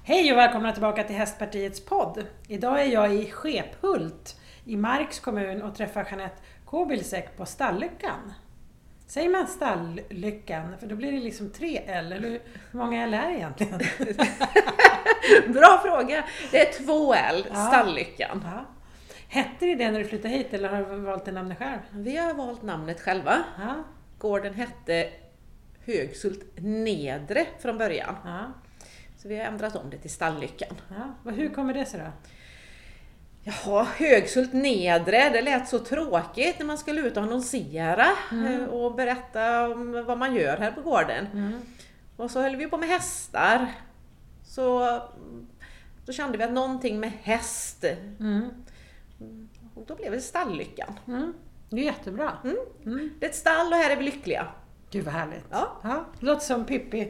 Hej och välkomna tillbaka till Hästpartiets podd. Idag är jag i Skephult i Marks kommun och träffar Jeanette Kobilsek på Stallyckan. Säger man Stallyckan? För då blir det liksom 3 L, eller hur många L är det egentligen? Bra fråga. Det är 2 L, Stallyckan. Ja. Hette det när du flyttade hit eller har du valt det namnet själv? Vi har valt namnet själva. Ja. Gården hette Högsult Nedre från början. Ja. Så vi har ändrat om det till Stallyckan. Ja. Och hur kommer det sig då? Jaha, Högsult Nedre, det lät så tråkigt när man skulle ut och annonsera och berätta om vad man gör här på gården. Och så höll vi på med hästar. Så kände vi att någonting med häst. Och då blev det Stallyckan. Det är jättebra. Det är ett stall och här är vi lyckliga. Gud vad härligt. Ja. Låter som Pippi.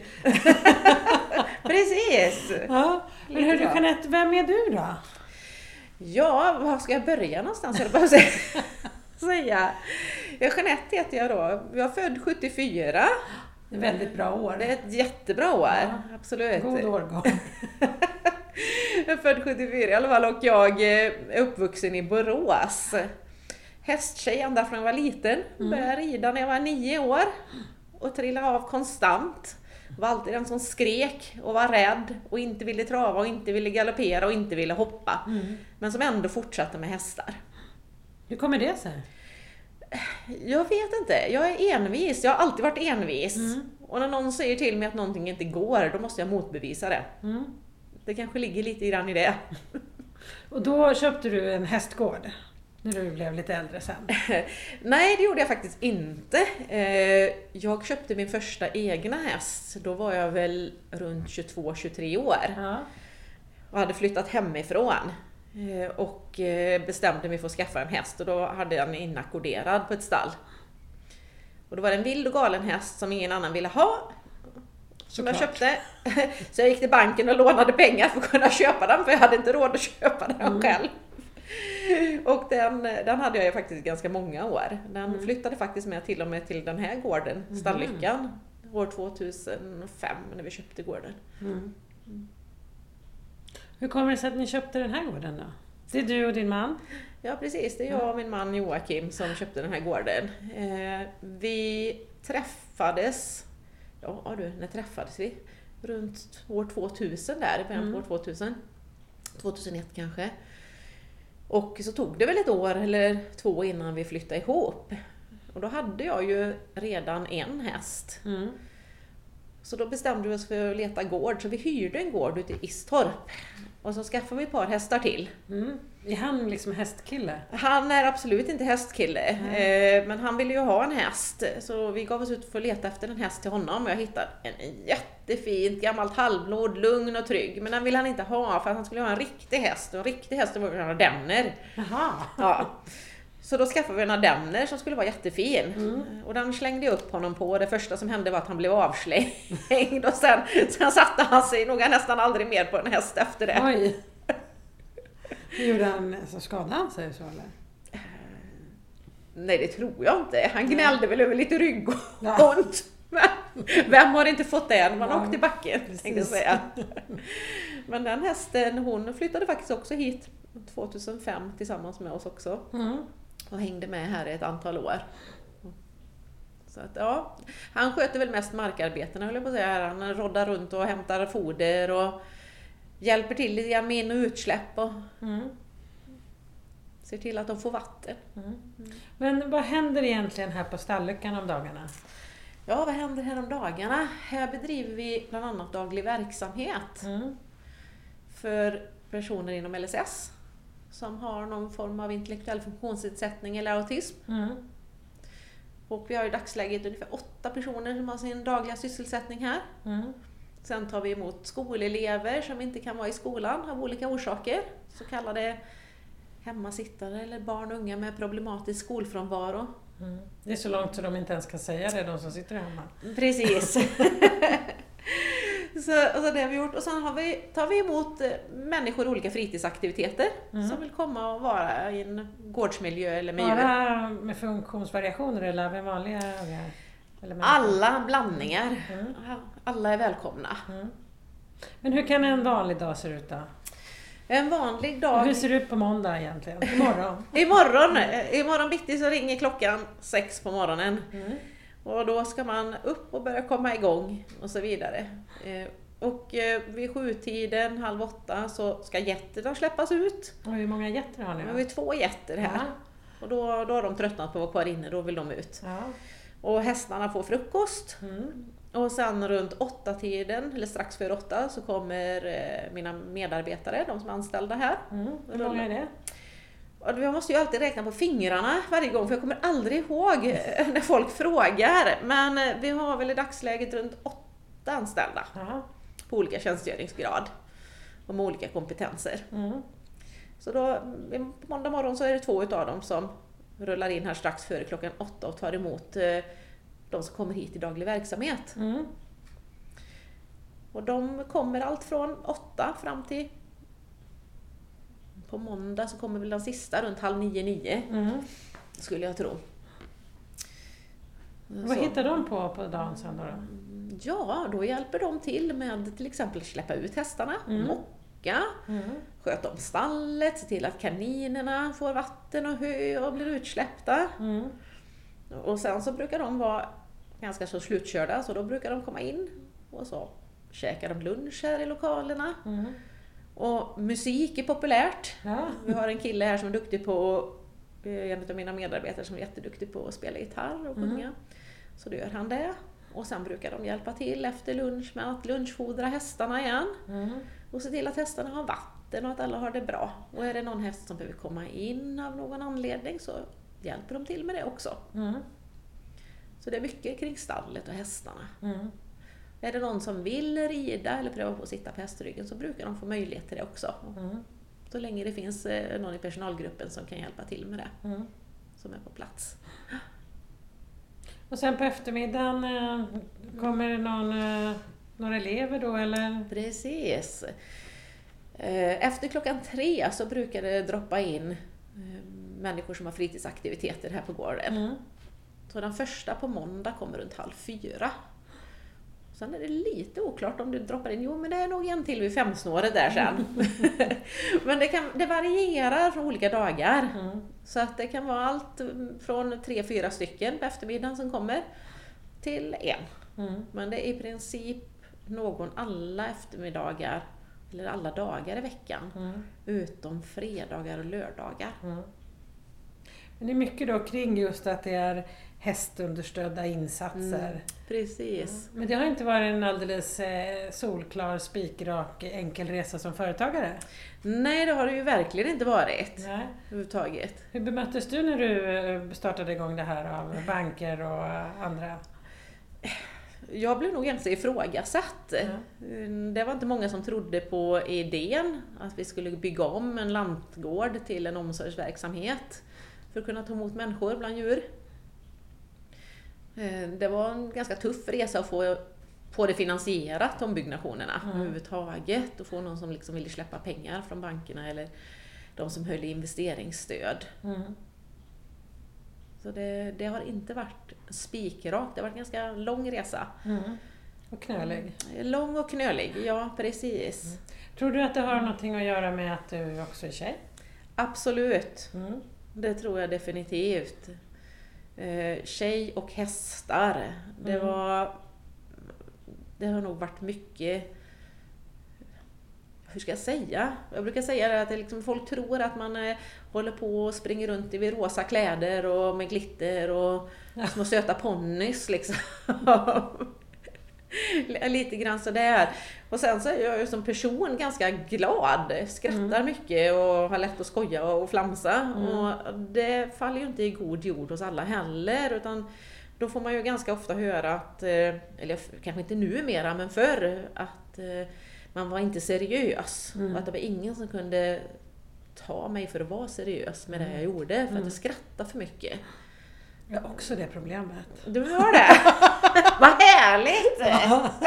Precis. Ja. Men hur Jeanette, vem är du då? Ja, var ska jag börja någonstans? Jag bara säga. Jeanette heter jag då. Jag är född 74. Det är väldigt bra år. Det är ett jättebra år. Ja. Absolut. God årgång. Jag är född 74 i alla fall och jag är uppvuxen i Borås. Hästtjej ända från jag var liten. Började rida när jag var 9 år. Och trillade av konstant. Var alltid den som skrek och var rädd. Och inte ville trava och inte ville galoppera och inte ville hoppa. Men som ändå fortsatte med hästar. Hur kommer det sig? Jag vet inte. Jag är envis. Jag har alltid varit envis. Och när någon säger till mig att någonting inte går, då måste jag motbevisa det. Det kanske ligger lite grann i det. Och då köpte du en hästgård när du blev lite äldre sen? Nej, det gjorde jag faktiskt inte. Jag köpte min första egna häst. Då var jag väl runt 22-23 år. Ja. Och hade flyttat hemifrån. Och bestämde mig för att skaffa en häst. Och då hade jag den inackorderad på ett stall. Och då var det en vild och galen häst som ingen annan ville ha. Som jag köpte. Så jag gick till banken och lånade pengar för att kunna köpa den. För jag hade inte råd att köpa den själv. Och den hade jag ju faktiskt ganska många år. Den flyttade faktiskt med till och med till den här gården, Stallyckan, år 2005 när vi köpte gården. Hur kommer det sig att ni köpte den här gården då? Det är du och din man? Ja precis, det är jag och min man Joakim som köpte den här gården. Vi träffades, när träffades vi? Runt år 2000 där, i början på år 2000. 2001 kanske. Och så tog det väl ett år eller 2 innan vi flyttade ihop. Och då hade jag ju redan en häst. Så då bestämde vi oss för att leta gård. Så vi hyrde en gård ute i Istorp. Och så skaffade vi ett par hästar till. Är han liksom hästkille? Han är absolut inte hästkille. Men han ville ju ha en häst. Så vi gav oss ut för att leta efter en häst till honom. Och jag hittade en jättefint, gammalt halvblod, lugn och trygg. Men den ville han inte ha för att han skulle ha en riktig häst. Och en riktig häst var en ardenner. Ja. Så då skaffade vi en ardenner som skulle vara jättefin. Och den slängde jag upp honom på. Det första som hände var att han blev avslängd. Och sen satte han sig nog nästan aldrig mer på en häst efter det. Oj! Gjorde han så skadade han sig så eller? Nej, det tror jag inte. Han gnällde väl över lite rygg och ont. Men vem har inte fått det när man åkte i backen, tänkte jag säga. Men den hästen, hon flyttade faktiskt också hit 2005 tillsammans med oss också. Och hängde med här i ett antal år. Så att, han sköter väl mest markarbetena, höll jag på att säga. Han roddar runt och hämtar foder och hjälper till lite grann med in- och utsläpp och ser till att de får vatten. Men vad händer egentligen här på Stallyckan om dagarna? Ja, vad händer här om dagarna? Här bedriver vi bland annat daglig verksamhet för personer inom LSS som har någon form av intellektuell funktionsnedsättning eller autism. Och vi har i dagsläget ungefär 8 personer som har sin dagliga sysselsättning här. Sen tar vi emot skolelever som inte kan vara i skolan av olika orsaker. Så kallade hemmasittare eller barn och unga med problematisk skolfrånvaro. Det är så långt så de inte ens kan säga det, de som sitter hemma. Precis. Så det har vi gjort. Och sen tar vi emot människor i olika fritidsaktiviteter som vill komma och vara i en gårdsmiljö eller miljö. Bara med funktionsvariationer eller med vanliga? Eller med alla blandningar. Alla är välkomna. Men hur kan en vanlig dag se ut då? En vanlig dag... Hur ser det ut på måndag egentligen? Imorgon bitti så ringer klockan 6 på morgonen. Och då ska man upp och börja komma igång och så vidare. Och vid 7-tiden, 7:30 så ska getterna släppas ut. Och hur många getter har ni då? Vi har 2 getter här. Och då har de tröttnat på att vara kvar inne, då vill de ut. Ja. Och hästarna får frukost. Och sen runt 8-tiden, eller strax före 8, så kommer mina medarbetare, de som är anställda här. Hur många är det? Och jag måste ju alltid räkna på fingrarna varje gång, för jag kommer aldrig ihåg när folk frågar. Men vi har väl i dagsläget runt 8 anställda. På olika tjänstgöringsgrad och med olika kompetenser. Så då, på måndag morgon så är det 2 utav dem som rullar in här strax före klockan 8 och tar emot de som kommer hit i daglig verksamhet. Och de kommer allt från 8 fram till på måndag så kommer väl den sista runt 8:30-9 skulle jag tro. Vad hittar de på dagen sen då? Ja, då hjälper de till exempel släppa ut hästarna, mocka, sköta om stallet, se till att kaninerna får vatten och hö och blir utsläppta. Och sen så brukar de vara ganska så slutkörda, så då brukar de komma in och så käkar de lunch här i lokalerna. Och musik är populärt. Vi har en kille här som är duktig på, en av mina medarbetare som är jätteduktig på att spela gitarr och sjunga. Så då gör han det. Och sen brukar de hjälpa till efter lunch med att lunchfodra hästarna igen. Och se till att hästarna har vatten och att alla har det bra. Och är det någon häst som behöver komma in av någon anledning så hjälper de till med det också. Så det är mycket kring stallet och hästarna. Är det någon som vill rida eller pröva på att sitta på hästryggen så brukar de få möjlighet till det också. Så länge det finns någon i personalgruppen som kan hjälpa till med det. Som är på plats. Och sen på eftermiddagen kommer det några elever då eller? Precis. Efter klockan 3 så brukar det droppa in människor som har fritidsaktiviteter här på gården. Så den första på måndag kommer runt 3:30. Sen är det lite oklart om du droppar in. Jo, men det är nog en till vid 5-snåret där sen. Men det varierar från olika dagar. Så att det kan vara allt från 3-4 stycken på eftermiddagen som kommer till 1. Men det är i princip någon alla eftermiddagar eller alla dagar i veckan. Utom fredagar och lördagar. Men det är mycket då kring just att det är hästunderstödda insatser. Precis. Men det har inte varit en alldeles solklar, spikrak, enkel resa som företagare? Nej, det har det ju verkligen inte varit. Nej. Överhuvudtaget. Hur bemöttes du när du startade igång det här av banker och andra? Jag blev nog ganska ifrågasatt. Det var inte många som trodde på idén att vi skulle bygga om en lantgård till en omsorgsverksamhet för att kunna ta emot människor bland djur. Det var en ganska tuff resa att få det finansierat, ombyggnationerna överhuvudtaget, och få någon som liksom ville släppa pengar från bankerna eller de som höll i investeringsstöd. Så det har inte varit spikrakt, det har varit en ganska lång resa. Och knölig. Lång och knölig, ja precis. Tror du att det har någonting att göra med att du också är tjej? Absolut, det tror jag definitivt. Tjej och hästar, det har nog varit mycket, hur ska jag säga? Jag brukar säga det att det liksom, folk tror att man håller på och springer runt i rosa kläder och med glitter och små söta ponnys liksom. Lite grann sådär. Och sen så är jag ju som person ganska glad, skrattar mycket och har lätt att skoja och flamsa. Och det faller ju inte i god jord hos alla heller, utan då får man ju ganska ofta höra att, eller kanske inte nu mera, men förr, att man var inte seriös. Och att det var ingen som kunde ta mig för att vara seriös med det jag gjorde, för att jag skrattade för mycket. Jag har också det problemet. Du har det? Vad härligt!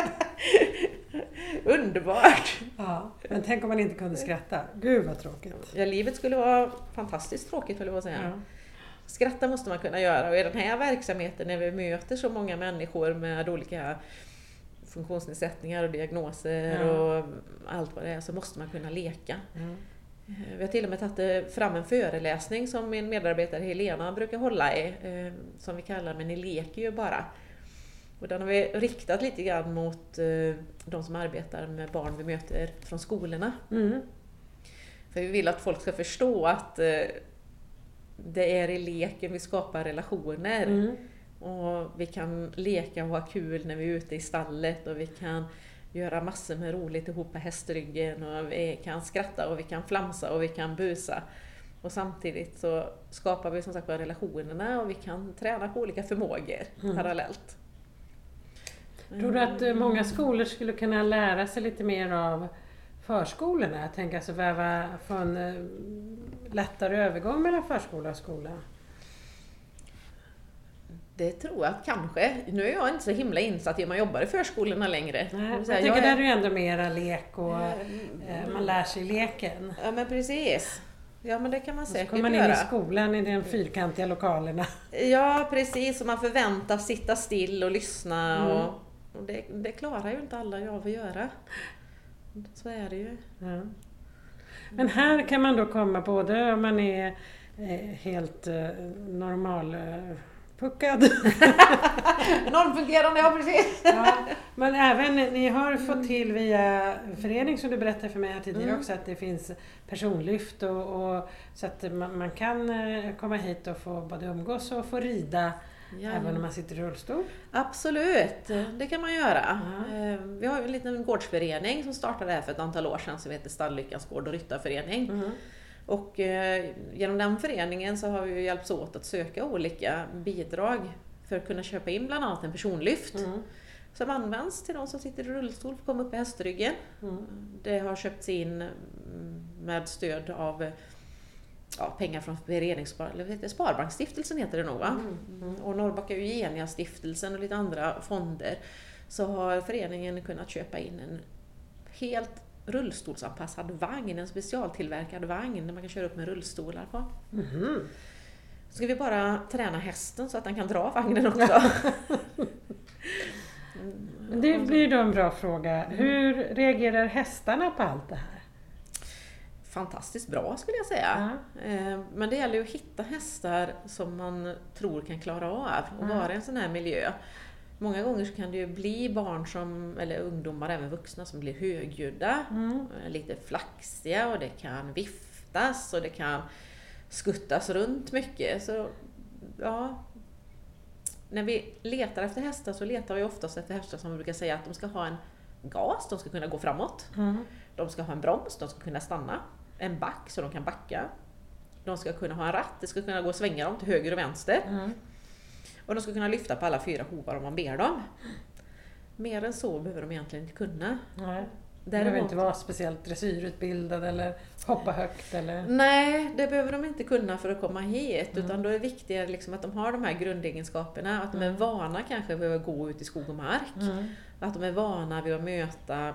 Underbart! Ja, men tänk om man inte kunde skratta. Gud vad tråkigt. Ja, livet skulle vara fantastiskt tråkigt, vill jag säga. Ja. Skratta måste man kunna göra, och i den här verksamheten när vi möter så många människor med olika funktionsnedsättningar och diagnoser och allt vad det är, så måste man kunna leka. Vi har till och med tagit fram en föreläsning som min medarbetare Helena brukar hålla i, som vi kallar Men ni leker ju bara. Och den har vi riktat lite grann mot de som arbetar med barn vi möter från skolorna. För vi vill att folk ska förstå att det är i leken vi skapar relationer. Och vi kan leka och ha kul när vi är ute i stallet, och vi kan göra massor med roligt ihop på hästryggen, och vi kan skratta och vi kan flamsa och vi kan busa. Och samtidigt så skapar vi som sagt relationerna, och vi kan träna på olika förmågor parallellt. Tror du att många skolor skulle kunna lära sig lite mer av förskolorna? Jag tänker alltså få en lättare övergång mellan förskola och skola. Det tror jag kanske. Nu är jag inte så himla insatt i hur man jobbar i förskolorna längre. Nej, jag tänker där är det ändå mera lek och man lär sig leken. Ja, men precis. Ja, men det kan man säkert göra. Så kommer man in i skolan i de fyrkantiga lokalerna. Ja, precis. Och man förväntas sitta still och lyssna. Och det klarar ju inte alla av att göra. Så är det ju. Ja. Men här kan man då komma både om man är helt normal puckad. Normfungerande, ja precis. Ja, men även ni har fått till via förening, som du berättade för mig här tidigare också, att det finns personlyft och så att man kan komma hit och få både umgås och få rida även om man sitter i rullstol. Absolut, det kan man göra. Vi har ju en liten gårdsförening som startade här för ett antal år sedan, som heter Stallyckans gård- och ryttarförening. Och genom den föreningen så har vi ju hjälpts åt att söka olika bidrag för att kunna köpa in bland annat en personlyft som används till de som sitter i rullstol för att komma upp i hästryggen. Det har köpts in med stöd av pengar från Sparbanksstiftelsen heter det nog, va? Och Norrbacka Eugenia-stiftelsen och lite andra fonder, så har föreningen kunnat köpa in en helt rullstolsanpassad vagn, en specialtillverkad vagn där man kan köra upp med rullstolar på. Så ska vi bara träna hästen så att den kan dra vagnen också. Det blir då en bra fråga. Hur reagerar hästarna på allt det här? Fantastiskt bra skulle jag säga. Men det gäller ju att hitta hästar som man tror kan klara av och vara i en sån här miljö. Många gånger så kan det ju bli barn eller ungdomar, även vuxna, som blir högljudda, lite flaxiga, och det kan viftas och det kan skuttas runt mycket. Så ja, när vi letar efter hästar så letar vi oftast efter hästar som vi brukar säga att de ska ha en gas, de ska kunna gå framåt. De ska ha en broms, de ska kunna stanna. En back så de kan backa. De ska kunna ha en ratt, det ska kunna gå och svänga dem till höger och vänster. Och de ska kunna lyfta på alla 4 hovar om man ber dem. Mer än så behöver de egentligen inte kunna. Nej. Det behöver inte vara speciellt dressyrutbildad eller hoppa högt. Eller... Nej, det behöver de inte kunna för att komma hit. Utan då är det viktigare liksom att de har de här grundegenskaperna. Att de är vana kanske vid att gå ut i skog och mark. Att de är vana vid att möta...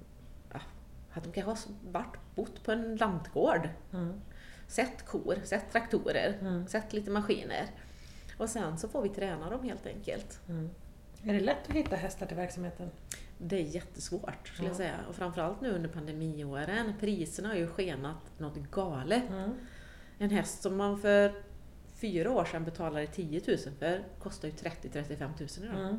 Att de kanske har bott på en lantgård. Sett kor, sett traktorer, sett lite maskiner. Och sen så får vi träna dem helt enkelt. Är det lätt att hitta hästar till verksamheten? Det är jättesvårt skulle jag säga. Och framförallt nu under pandemiåren. Priserna har ju skenat något galet. En häst som man för 4 år sedan betalade 10 000 för kostar ju 30-35 000 idag.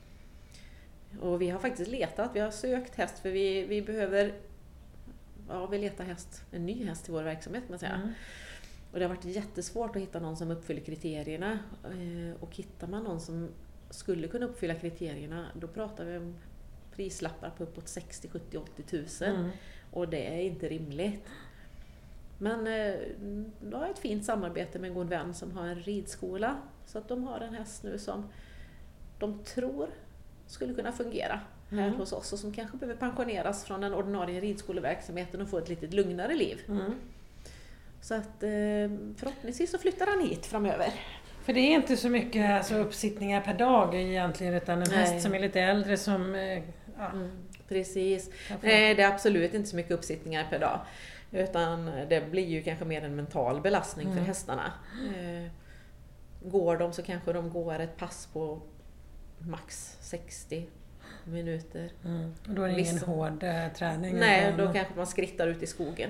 Och vi har faktiskt letat, vi har sökt häst för vi behöver... Ja, vi letar en ny häst till vår verksamhet kan man säga. Och det har varit jättesvårt att hitta någon som uppfyller kriterierna. Och hittar man någon som skulle kunna uppfylla kriterierna, då pratar vi om prislappar på uppåt 60, 70, 80 000. Och det är inte rimligt. Men då har jag ett fint samarbete med en god vän som har en ridskola. Så att de har en häst nu som de tror skulle kunna fungera här hos oss. Och som kanske behöver pensioneras från den ordinarie ridskoleverksamheten och få ett lite lugnare liv. Så att förhoppningsvis så flyttar han hit framöver. För det är inte så mycket uppsittningar per dag egentligen, utan en häst som är lite äldre som... Precis. Nej, det är absolut inte så mycket uppsittningar per dag. Utan det blir ju kanske mer en mental belastning för hästarna. Går de så kanske de går ett pass på max 60 minuter. Och då är det ingen hård träning? Nej, då kanske man skrittar ut i skogen.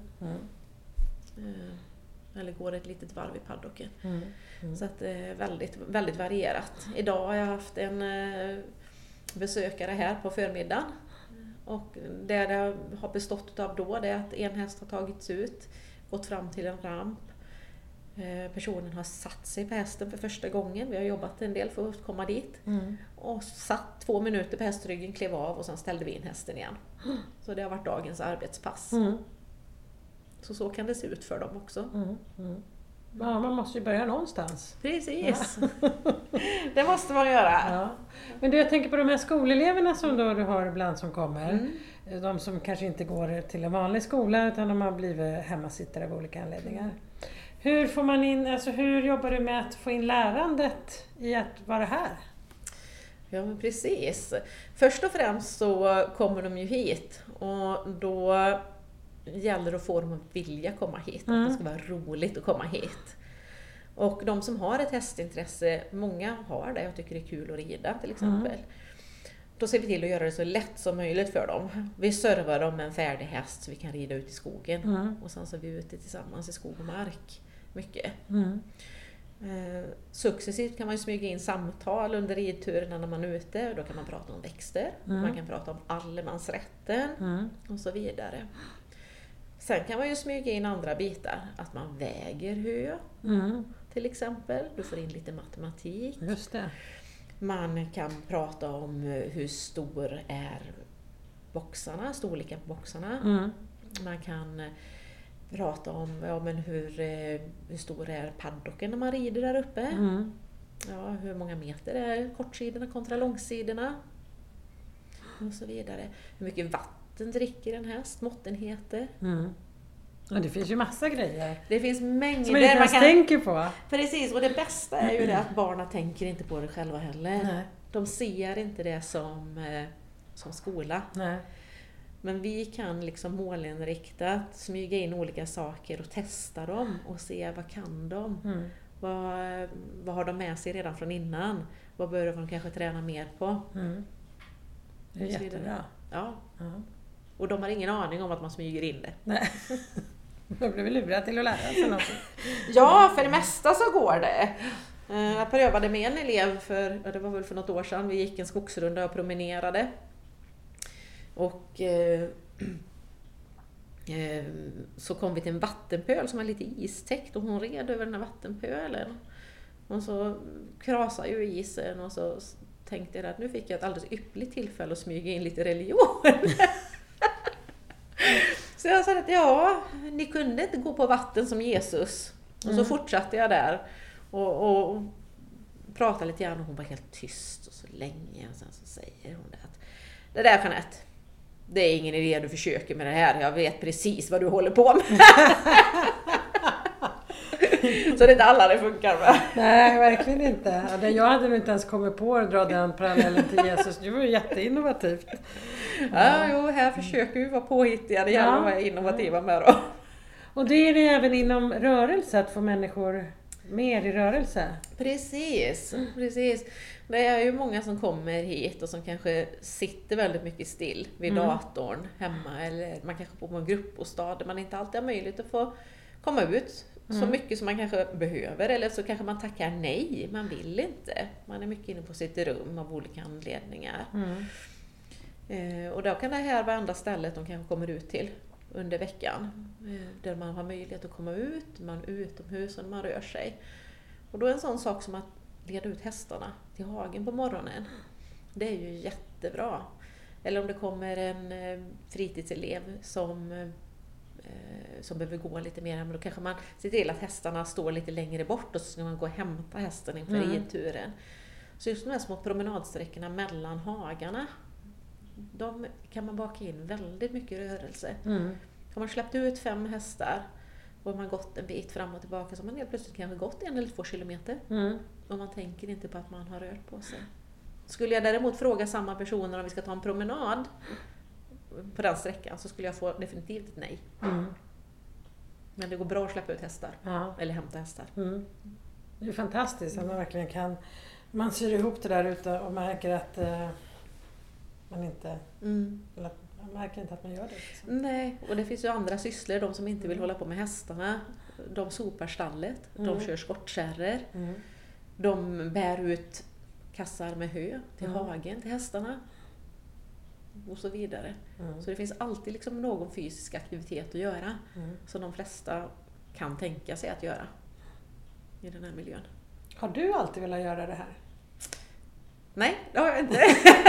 Eller går ett litet varv i paddocken. Så att det är väldigt, väldigt varierat. Idag har jag haft en besökare här på förmiddagen. Och det har bestått av då det är att en häst har tagits ut, gått fram till en ramp. Personen har satt sig på hästen för första gången. Vi har jobbat en del för att komma dit. Och satt 2 minuter på hästryggen, klev av och sen ställde vi in hästen igen. Så det har varit dagens arbetspass. Så kan det se ut för dem också. Ja, man måste ju börja någonstans. Precis. Ja. Det måste man göra. Ja. Men jag tänker på de här skoleleverna som då du har ibland som kommer. De som kanske inte går till en vanlig skola utan de har blivit hemmasittare av olika anledningar. Hur får man in, alltså hur jobbar du med att få in lärandet i att vara här? Ja, men precis. Först och främst så kommer de ju hit och då gäller det att få dem att vilja komma hit. Att det ska vara roligt att komma hit. Och de som har ett hästintresse, många har det och tycker det är kul att rida till exempel. Då ser vi till att göra det så lätt som möjligt för dem. Vi servar dem med en färdig häst så vi kan rida ut i skogen. Och sen så är vi ute tillsammans i skog och mark. Mycket. Successivt kan man ju smyga in samtal under ridturerna när man är ute. Då kan man prata om växter. Man kan prata om allemansrätten och så vidare. Sen kan man ju smyga in andra bitar. Att man väger hö till exempel. Du får in lite matematik. Just det. Man kan prata om hur stor är boxarna, storleken på boxarna. Man kan prata om hur stor är paddocken när man rider där uppe. Ja, hur många meter är kortsidorna kontra långsidorna. Och så vidare. Hur mycket vatten dricker en häst, måttenheter. Och det finns ju massa grejer. Det finns mängder som man inte ens tänker på. Precis, och det bästa är ju det att barnen tänker inte på det själva heller. Nej. De ser inte det som skola. Nej. Men vi kan liksom målinriktat smyga in olika saker och testa dem och se vad kan de. Vad har de med sig redan från innan? Vad bör de kanske träna mer på? Det är jättebra. Ja. Och de har ingen aning om att man smyger in det. Nej. De blir väl lurade till att lära sig något. Ja, för det mesta så går det. Jag prövade med en elev det var väl för något år sedan. Vi gick en skogsrunda och promenerade. Och så kom vi till en vattenpöl som var lite istäckt och hon red över den här vattenpölen. Och så krasade ju isen och så tänkte jag att nu fick jag ett alldeles ypperligt tillfälle att smyga in lite religion. Så jag sa att ni kunde inte gå på vatten som Jesus. Och så fortsatte jag där och pratade lite grann och hon var helt tyst och så länge. Och sen så säger hon att det där Jeanette, det är ingen idé du försöker med det här. Jag vet precis vad du håller på med. Så det är inte alla det funkar med. Nej, verkligen inte. Jag hade nog inte ens kommit på att dra den parallellen till Jesus. Det var ju jätteinnovativt. Ja, här försöker vi vara påhittiga. Det gäller att vara innovativa med då. Och det är det även inom rörelse, att få människor mer i rörelse. Precis. Det är ju många som kommer hit och som kanske sitter väldigt mycket still vid datorn hemma. Eller man kanske bor på en gruppbostad där man inte alltid har möjlighet att få komma ut så mycket som man kanske behöver. Eller så kanske man tackar nej, man vill inte. Man är mycket inne på sitt rum av olika anledningar. Och då kan det här vara andra stället de kanske kommer ut till under veckan. Där man har möjlighet att komma ut, man är utomhus och man rör sig. Och då är en sån sak som att leda ut hästarna till hagen på morgonen. Det är ju jättebra. Eller om det kommer en fritidselev som behöver gå lite mer, men då kanske man ser till att hästarna står lite längre bort och så ska man gå och hämta hästen inför ridturen. Så just de här små promenadsträckorna mellan hagarna, de kan man baka in väldigt mycket rörelse. Har man släppt ut 5 hästar och man gått en bit fram och tillbaka så har man helt plötsligt kanske gått 1 eller 2 kilometer. Och man tänker inte på att man har rört på sig. Skulle jag däremot fråga samma personer om vi ska ta en promenad på den sträckan så skulle jag få definitivt ett nej. Men det går bra att släppa ut hästar. Eller hämta hästar. Det är fantastiskt att man verkligen kan... Man syr ihop det där ute och märker att man inte... Eller man märker inte att man gör det. Liksom. Nej, och det finns ju andra sysslor. De som inte vill hålla på med hästarna. De sopar stallet. De kör skottkärror. De bär ut kassar med hö till hagen, till hästarna. Och så vidare. Så det finns alltid liksom någon fysisk aktivitet att göra. Som de flesta kan tänka sig att göra i den här miljön. Har du alltid velat göra det här? Nej, det har jag inte.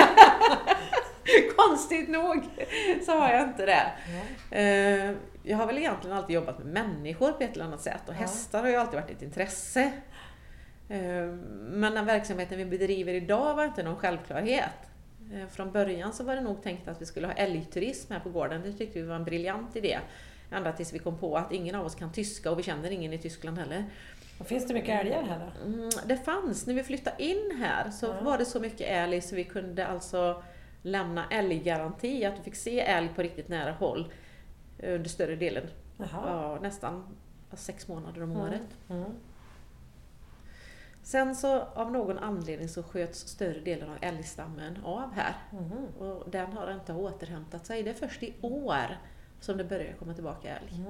Konstigt nog så har jag inte det. Jag har väl egentligen alltid jobbat med människor på ett eller annat sätt. Och hästar har ju alltid varit ett intresse. Men den verksamheten vi bedriver idag var inte någon självklarhet. Från början så var det nog tänkt att vi skulle ha älgturism här på gården. Det tyckte vi var en briljant idé. Ända tills vi kom på att ingen av oss kan tyska och vi känner ingen i Tyskland heller. Och finns det mycket älgar här då? Det fanns. När vi flyttade in här så var det så mycket älg så vi kunde alltså lämna älggaranti. Att du fick se älg på riktigt nära håll under större delen. Nästan 6 månader om året. Sen så av någon anledning så sköts större delen av älgstammen av här. Och den har inte återhämtat sig. Det är först i år som det börjar komma tillbaka älg.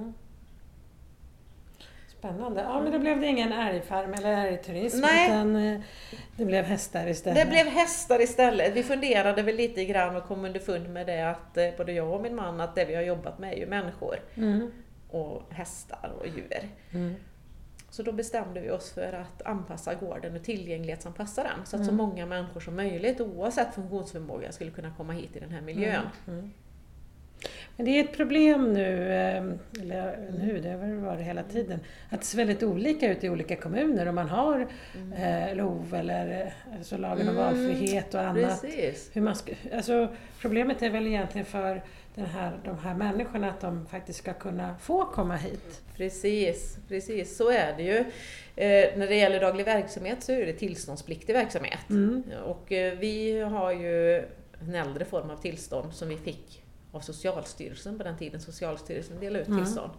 Spännande. Ja, men då blev det ingen älgfarm eller älgturism. Nej. Utan det blev hästar istället. Det blev hästar istället. Vi funderade väl lite grann och kom underfund med det att både jag och min man att det vi har jobbat med är ju människor. Och hästar och djur. Så då bestämde vi oss för att anpassa gården och tillgänglighetsanpassa den. Så att så många människor som möjligt oavsett funktionsförmåga skulle kunna komma hit i den här miljön. Men det är ett problem nu, eller nu, det har väl varit hela tiden, att det ser väldigt olika ut i olika kommuner. Om man har LOV eller alltså lagen om valfrihet och annat. Precis. Hur man problemet är väl egentligen för de här människorna att de faktiskt ska kunna få komma hit. Precis, så är det ju. När det gäller daglig verksamhet så är det tillståndspliktig verksamhet. Och vi har ju en äldre form av tillstånd som vi fick av Socialstyrelsen på den tiden Socialstyrelsen delade ut tillstånd.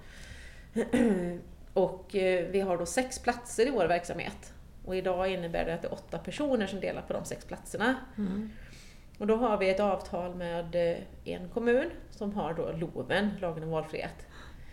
Och vi har då 6 platser i vår verksamhet. Och idag innebär det att det är 8 personer som delar på de 6 platserna. Och då har vi ett avtal med en kommun som har då LOVen, lagen om valfrihet.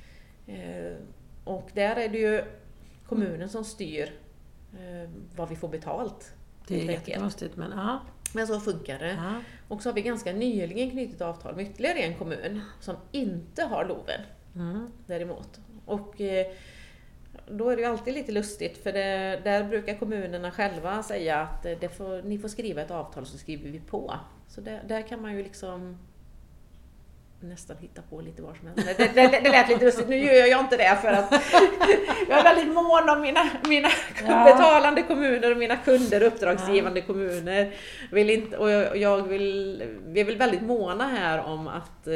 Och där är det ju kommunen som styr vad vi får betalt. Det är jättekonstigt, men ja. Men så funkar det. Ja. Och så har vi ganska nyligen knutit avtal med ytterligare en kommun som inte har LOVen däremot. Och då är det ju alltid lite lustigt för där brukar kommunerna själva säga att ni får skriva ett avtal så skriver vi på. Så där kan man ju liksom nästan hitta på lite var som helst. Det lät lite lustigt. Nu gör jag inte det för att jag är väldigt mån om mina betalande kommuner och mina kunder, uppdragsgivande kommuner. Vi är väl väldigt måna här om att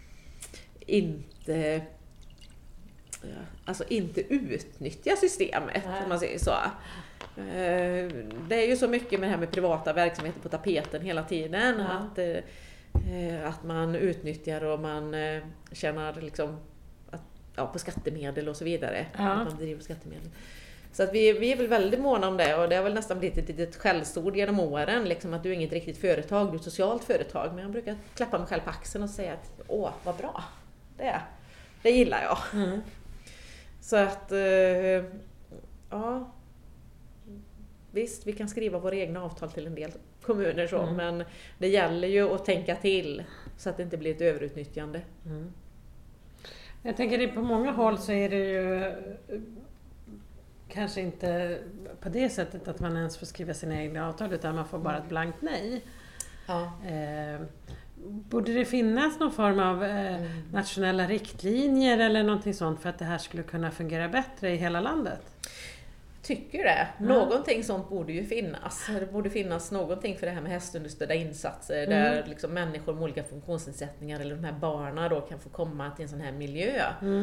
inte utnyttja systemet, om man säger så. Det är ju så mycket med det här med privata verksamheter på tapeten hela tiden. Att man utnyttjar och man tjänar liksom på skattemedel och så vidare. Att man driver skattemedel. Så att vi är väl väldigt måna om det och det har väl nästan blivit ett litet skällsord genom åren. Liksom att du är inget riktigt företag, du är ett socialt företag. Men jag brukar klappa mig själv på axeln och säga att vad bra det gillar jag. Så att visst, vi kan skriva våra egna avtal till en del kommuner så, men det gäller ju att tänka till så att det inte blir ett överutnyttjande. Jag tänker att på många håll så är det ju kanske inte på det sättet att man ens får skriva sina egna avtal utan man får bara ett blankt nej. Borde det finnas någon form av nationella riktlinjer eller någonting sånt för att det här skulle kunna fungera bättre i hela landet? Tycker det. Någonting sånt borde ju finnas. Det borde finnas någonting för det här med hästunderstödda insatser där liksom människor med olika funktionsnedsättningar eller de här barnen då kan få komma till en sån här miljö.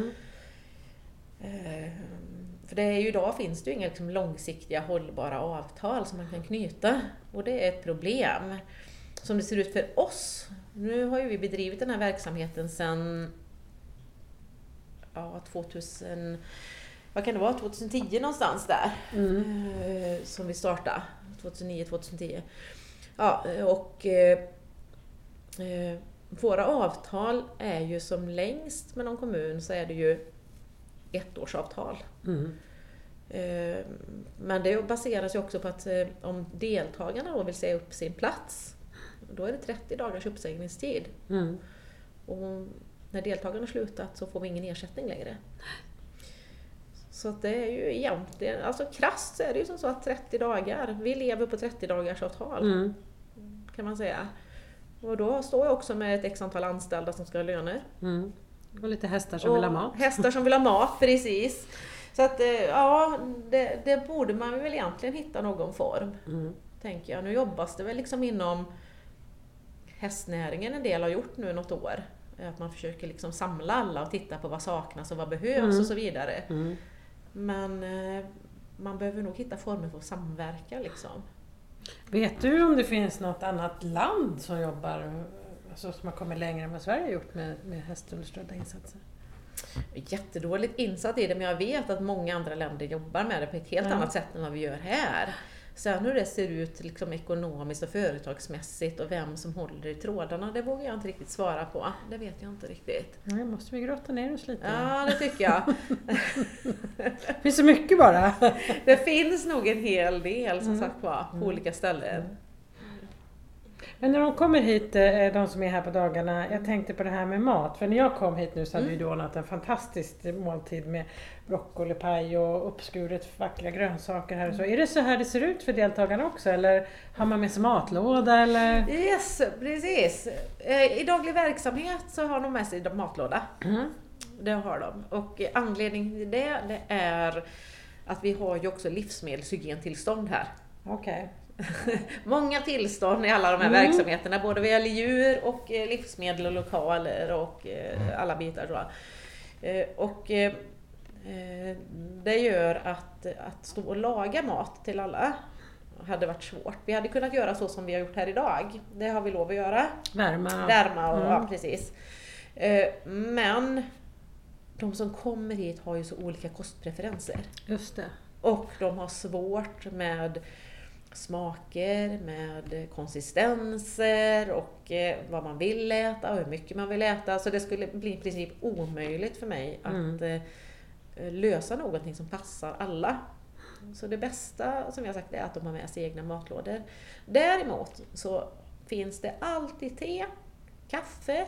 För det är ju idag finns det ju inga liksom långsiktiga hållbara avtal som man kan knyta och det är ett problem. Som det ser ut för oss. Nu har ju vi bedrivit den här verksamheten sedan 2000. Vad kan det vara? 2010 någonstans där. Som vi startade. 2009-2010. Ja, och Våra avtal är ju som längst med någon kommun så är det ju 1-årsavtal. Men det baseras ju också på att om deltagarna då vill säga upp sin plats, då är det 30 dagars uppsägningstid. Och när deltagarna slutat så får vi ingen ersättning längre. Så att det är ju egentligen, alltså krasst så är det ju som så att 30 dagar, vi lever på 30 dagars avtal kan man säga. Och då står jag också med ett x antal anställda som ska ha löner. Och lite hästar som vill ha mat. Hästar som vill ha mat, precis. Så att ja, det borde man väl egentligen hitta någon form, tänker jag. Nu jobbas det väl liksom inom hästnäringen en del har gjort nu något år. Att man försöker liksom samla alla och titta på vad saknas och vad behövs och så vidare. Men man behöver nog hitta former för att samverka liksom. Vet du om det finns något annat land som jobbar, alltså som har kommit längre än vad Sverige har gjort med hästunderstödda insatser? Jättedåligt insatt i det, men jag vet att många andra länder jobbar med det på ett helt annat sätt än vad vi gör här. Sen hur det ser ut liksom ekonomiskt och företagsmässigt och vem som håller i trådarna, det vågar jag inte riktigt svara på. Det vet jag inte riktigt. Nej, måste vi grotta ner oss lite? Ja, det tycker jag. Det finns så mycket bara. Det finns nog en hel del som sagt på olika ställen. Men när de kommer hit, de som är här på dagarna, jag tänkte på det här med mat. För när jag kom hit nu så hade vi ordnat en fantastisk måltid med broccolipaj och uppskuret vackra grönsaker här och så. Är det så här det ser ut för deltagarna också? Eller har man med sig matlåda? Eller? Yes, precis. I daglig verksamhet så har de med sig matlåda. Det har de. Och anledningen till det är att vi har ju också livsmedelshygientillstånd här. Okej. Många tillstånd i alla de här verksamheterna, både vad gäller djur och livsmedel och lokaler och alla bitar så. Och det gör att stå och laga mat till alla hade varit svårt. Vi hade kunnat göra så som vi har gjort här idag. Det har vi lov att göra. Värma och ja, precis. Men de som kommer hit har ju så olika kostpreferenser. Just det. Och de har svårt med smaker, med konsistenser och vad man vill äta och hur mycket man vill äta. Så det skulle bli i princip omöjligt för mig att lösa någonting som passar alla. Så det bästa som jag sagt är att de har med sig egna matlådor. Däremot så finns det alltid te, kaffe,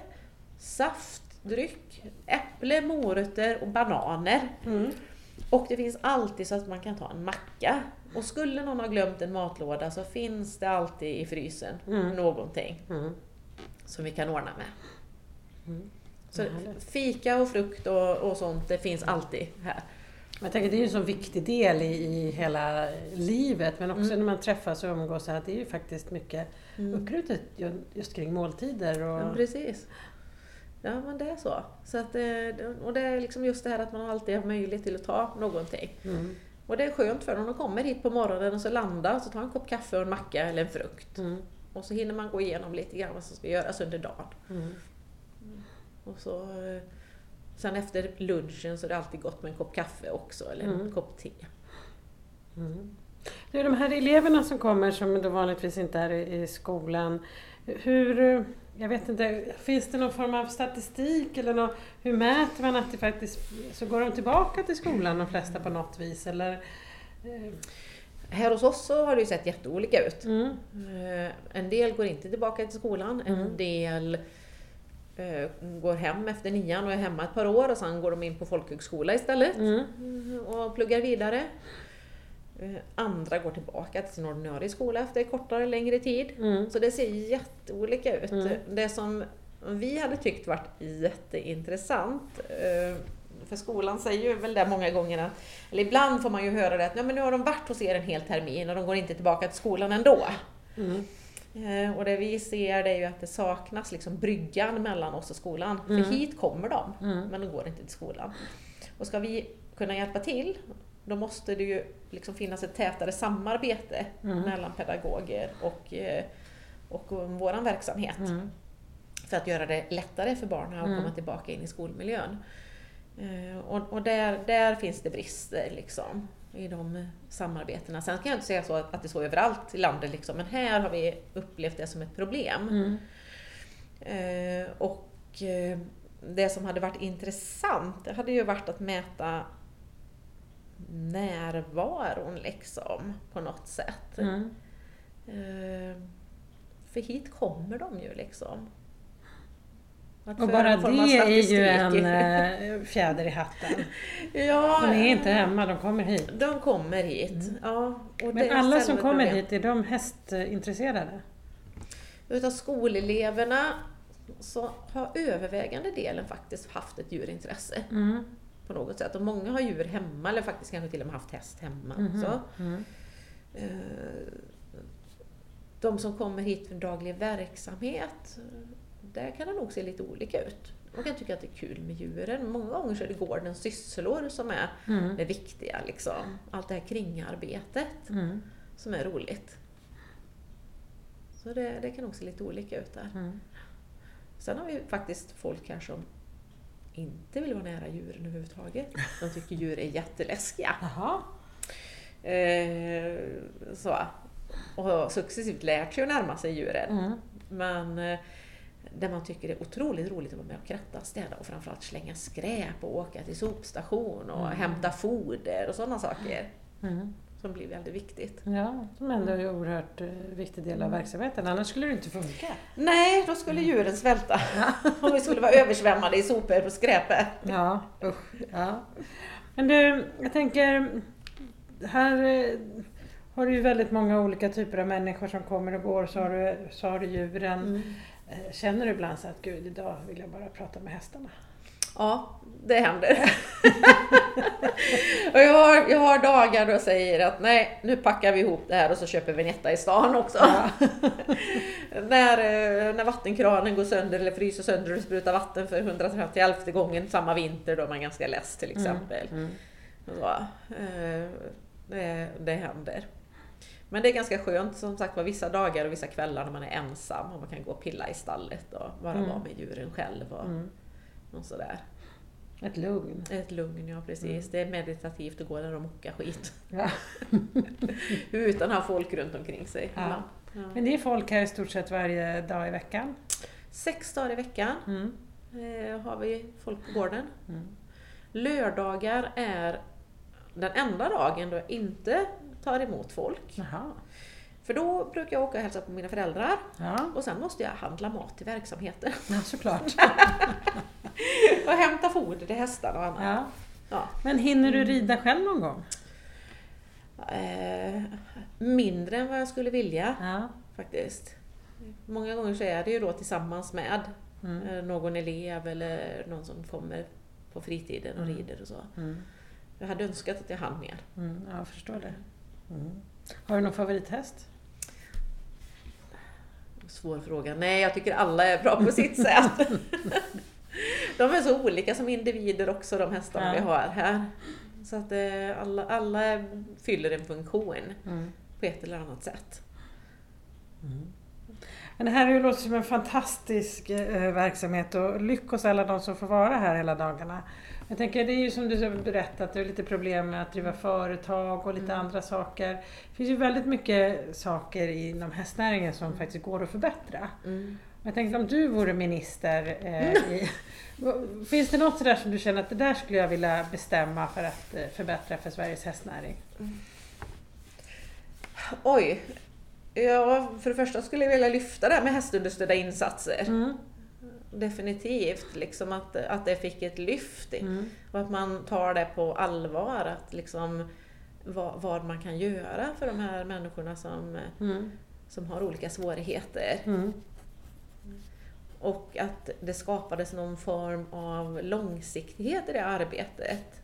saftdryck, äpple, morötter och bananer. Och det finns alltid så att man kan ta en macka. Och skulle någon ha glömt en matlåda så finns det alltid i frysen någonting som vi kan ordna med. Så fika och frukt och sånt, det finns alltid här. Jag tänker det är ju en så viktig del i hela livet, men också när man träffas och umgås så här, det är ju faktiskt mycket uppknutet just kring måltider. Och... Ja, precis. Ja, men det är så. Så att, och det är liksom just det här att man alltid har möjlighet till att ta någonting. Och det är skönt för när de kommer hit på morgonen och så landar och så tar en kopp kaffe och en macka eller en frukt. Och så hinner man gå igenom lite grann vad som ska göras under dagen. Och så, sen efter lunchen så är det alltid gott med en kopp kaffe också eller en kopp te. Det är de här eleverna som kommer som då vanligtvis inte är i skolan. Hur, jag vet inte, finns det någon form av statistik eller hur mäter man att det faktiskt, så går de tillbaka till skolan de flesta på något vis eller? Här hos oss så har det ju sett jätteolika ut. En del går inte tillbaka till skolan, en del går hem efter 9:an och är hemma ett par år och sen går de in på folkhögskola istället och pluggar vidare. Andra går tillbaka till sin ordinarie skola efter kortare eller längre tid. Så det ser jätteolika ut. Det som vi hade tyckt varit jätteintressant, för skolan säger ju väl det många gånger, eller ibland får man ju höra det att men nu har de varit hos er en hel termin och de går inte tillbaka till skolan ändå. Och det vi ser det är ju att det saknas liksom bryggan mellan oss och skolan. För hit kommer de, men de går inte till skolan. Och ska vi kunna hjälpa till, då måste det ju liksom finnas ett tätare samarbete mellan pedagoger och våran verksamhet. För att göra det lättare för barnen att komma tillbaka in i skolmiljön. Och där finns det brister liksom, i de samarbetena. Sen kan jag inte säga så att det är så överallt i landet liksom, men här har vi upplevt det som ett problem. Och det som hade varit intressant, det hade ju varit att mäta närvaron liksom på något sätt. För hit kommer de ju liksom. Och bara det är ju en fjäder i hatten. Ja, de är inte hemma, de kommer hit. De kommer hit, ja. Och men alla som kommer hit, är de hästintresserade? Utav skoleleverna så har övervägande delen faktiskt haft ett djurintresse. På något sätt. Och många har djur hemma, eller faktiskt kanske till och med haft häst hemma. De som kommer hit för daglig verksamhet, där kan det nog se lite olika ut. Man kan tycka att det är kul med djuren. Många gånger så är det gårdens sysslor som är det viktiga. Liksom. Allt det här kringarbetet som är roligt. Så det kan också se lite olika ut där. Sen har vi faktiskt folk här som inte vill vara nära djuren överhuvudtaget. De tycker djur är jätteläskiga. Så. Och successivt lärt sig att närma sig djuren. Men där man tycker det är otroligt roligt att vara med och kratta, städa och framförallt slänga skräp och åka till sopstation och hämta foder och sådana saker. Som blir väldigt viktigt. Ja, som ändå är en oerhört viktig del av verksamheten. Annars skulle det inte funka. Nej, då skulle djuren svälta. Om vi skulle vara översvämmade i sopor på skräpet. Ja, usch. Ja. Men du, jag tänker, här har du ju väldigt många olika typer av människor som kommer och går. Så har du djuren. Känner du ibland så att gud, idag vill jag bara prata med hästarna? Ja, det händer. Och jag har dagar då jag säger att nej, nu packar vi ihop det här och så köper vi en etta i stan också. Ja. när vattenkranen går sönder eller fryser sönder och sprutar vatten för 130 gången samma vinter, då är man ganska less till exempel. Så, det händer. Men det är ganska skönt som sagt var vissa dagar och vissa kvällar när man är ensam och man kan gå och pilla i stallet och bara vara med djuren själv och sådär. Ett lugn. Ett lugn, ja precis. Det är meditativt att gå där och mocka skit. Ja. Utan att ha folk runt omkring sig. Ja. Men det är folk här i stort sett varje dag i veckan? 6 dagar i veckan har vi folk på gården. Lördagar är den enda dagen då jag inte tar emot folk. Jaha. För då brukar jag åka och hälsa på mina föräldrar. Ja. Och sen måste jag handla mat till verksamheten. Ja, såklart. Och hämta foder till hästarna och annat. Ja. Ja. Men hinner du rida själv någon gång? Mindre än vad jag skulle vilja. Ja. Faktiskt. Många gånger så är det ju då tillsammans med någon elev eller någon som kommer på fritiden och rider och så. Jag hade önskat att jag hann mer. Ja, jag förstår det. Har du någon favorithäst? Svår fråga. Nej, jag tycker alla är bra på sitt sätt. De är så olika som individer också, de hästarna vi har här. Så att alla fyller en funktion på ett eller annat sätt. Men det här låter som en fantastisk verksamhet och lyckos alla de som får vara här hela dagarna. Jag tänker, det är ju som du berättat, det är lite problem med att driva företag och lite andra saker. Det finns ju väldigt mycket saker inom hästnäringen som faktiskt går att förbättra. Jag tänkte, om du vore minister, finns det något sådär som du känner att det där skulle jag vilja bestämma för att förbättra för Sveriges hästnäring? Oj, ja, för det första skulle jag vilja lyfta det här med hästunderstödda insatser. Definitivt, liksom att det fick ett lyft och att man tar det på allvar, att liksom vad man kan göra för de här människorna som har olika svårigheter. Och att det skapades någon form av långsiktighet i det arbetet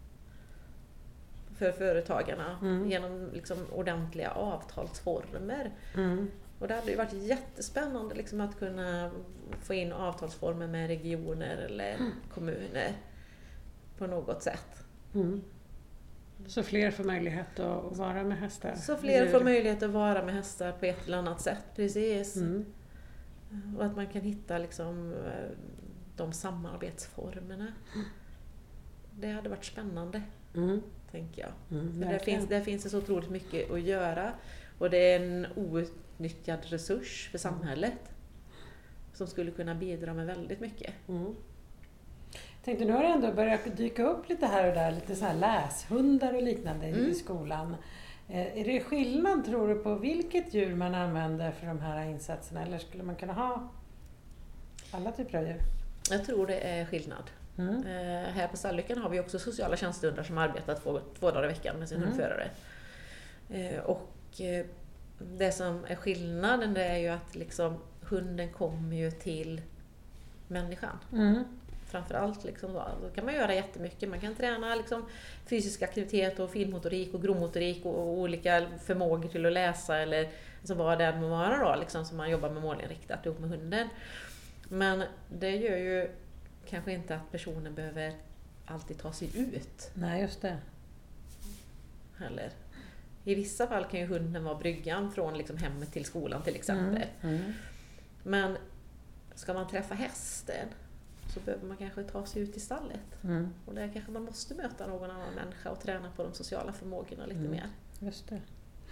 för företagarna genom liksom ordentliga avtalsformer. Och det hade ju varit jättespännande liksom att kunna få in avtalsformer med regioner eller kommuner på något sätt. Så fler får möjlighet att vara med hästar? Så fler får möjlighet att vara med hästar på ett eller annat sätt, precis. Och att man kan hitta liksom de samarbetsformerna. Det hade varit spännande, tänker jag. Där finns det så otroligt mycket att göra. Och det är en outnyttjad resurs för samhället. som skulle kunna bidra med väldigt mycket. Tänkte, nu har det ändå börjat dyka upp lite här och där, lite så här läshundar och liknande i skolan. Är det skillnad, tror du, på vilket djur man använder för de här insatserna, eller skulle man kunna ha alla typer av djur? Jag tror det är skillnad. Här på Stallyckan har vi också sociala tjänstehundar som arbetar 2 dagar i veckan med sin hundförare. Och det som är skillnaden, det är ju att liksom, hunden kommer ju till människan. Framförallt liksom då kan man göra jättemycket. Man kan träna liksom fysisk aktivitet och finmotorik och grovmotorik och olika förmågor till att läsa, eller alltså vad det må vara då, liksom, som man jobbar med målinriktat ihop med hunden. Men det gör ju kanske inte att personen behöver alltid ta sig ut. Nej, just det. Heller. I vissa fall kan ju hunden vara bryggan från liksom hemmet till skolan till exempel. Men ska man träffa hästen så behöver man kanske ta sig ut i stallet. Och där kanske man måste möta någon annan människa och träna på de sociala förmågorna lite mer. Just det.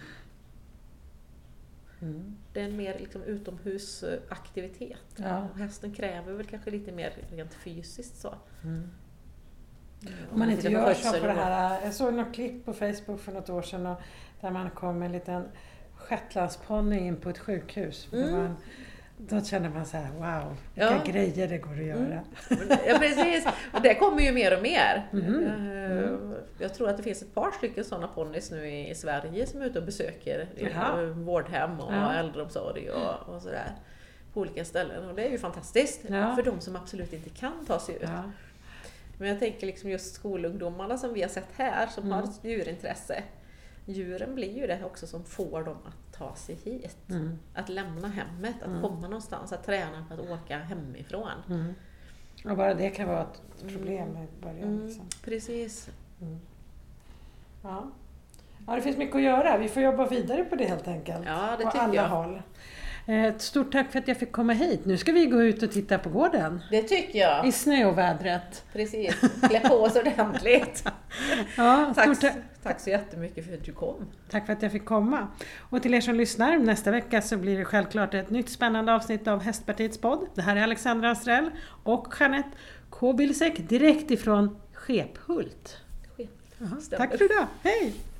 Det är en mer liksom utomhusaktivitet. Ja. Och hästen kräver väl kanske lite mer rent fysiskt så. Om man inte gör så på det här. Jag såg något klipp på Facebook för något år sedan och där man kom med en liten shetlandsponny in på ett sjukhus. Då känner man så här, wow, vilka grejer det går att göra. Ja, precis. Och det kommer ju mer och mer. Jag tror att det finns ett par stycken sådana ponnys nu i Sverige som är ute och besöker vårdhem och äldreomsorg och sådär på olika ställen. Och det är ju fantastiskt för de som absolut inte kan ta sig ut. Men jag tänker liksom just skolungdomarna som vi har sett här som har ett djurintresse. Djuren blir ju det också som får dem att ta sig hit. Att lämna hemmet, att komma någonstans, att träna på att åka hemifrån. Och bara det kan vara ett problem i början. Liksom. Precis. Ja, det finns mycket att göra. Vi får jobba vidare på det helt enkelt. Ja, det på tycker alla jag. håll. Ett stort tack för att jag fick komma hit. Nu ska vi gå ut och titta på gården. Det tycker jag. I snöovädret. Precis. Klä på oss ordentligt. Tack så jättemycket för att du kom. Tack för att jag fick komma. Och till er som lyssnar, nästa vecka så blir det självklart ett nytt spännande avsnitt av Hästpartiets podd. Det här är Alexandra Astrell och Jeanette Kobilsek direkt ifrån Skephult. Tack för idag. Hej!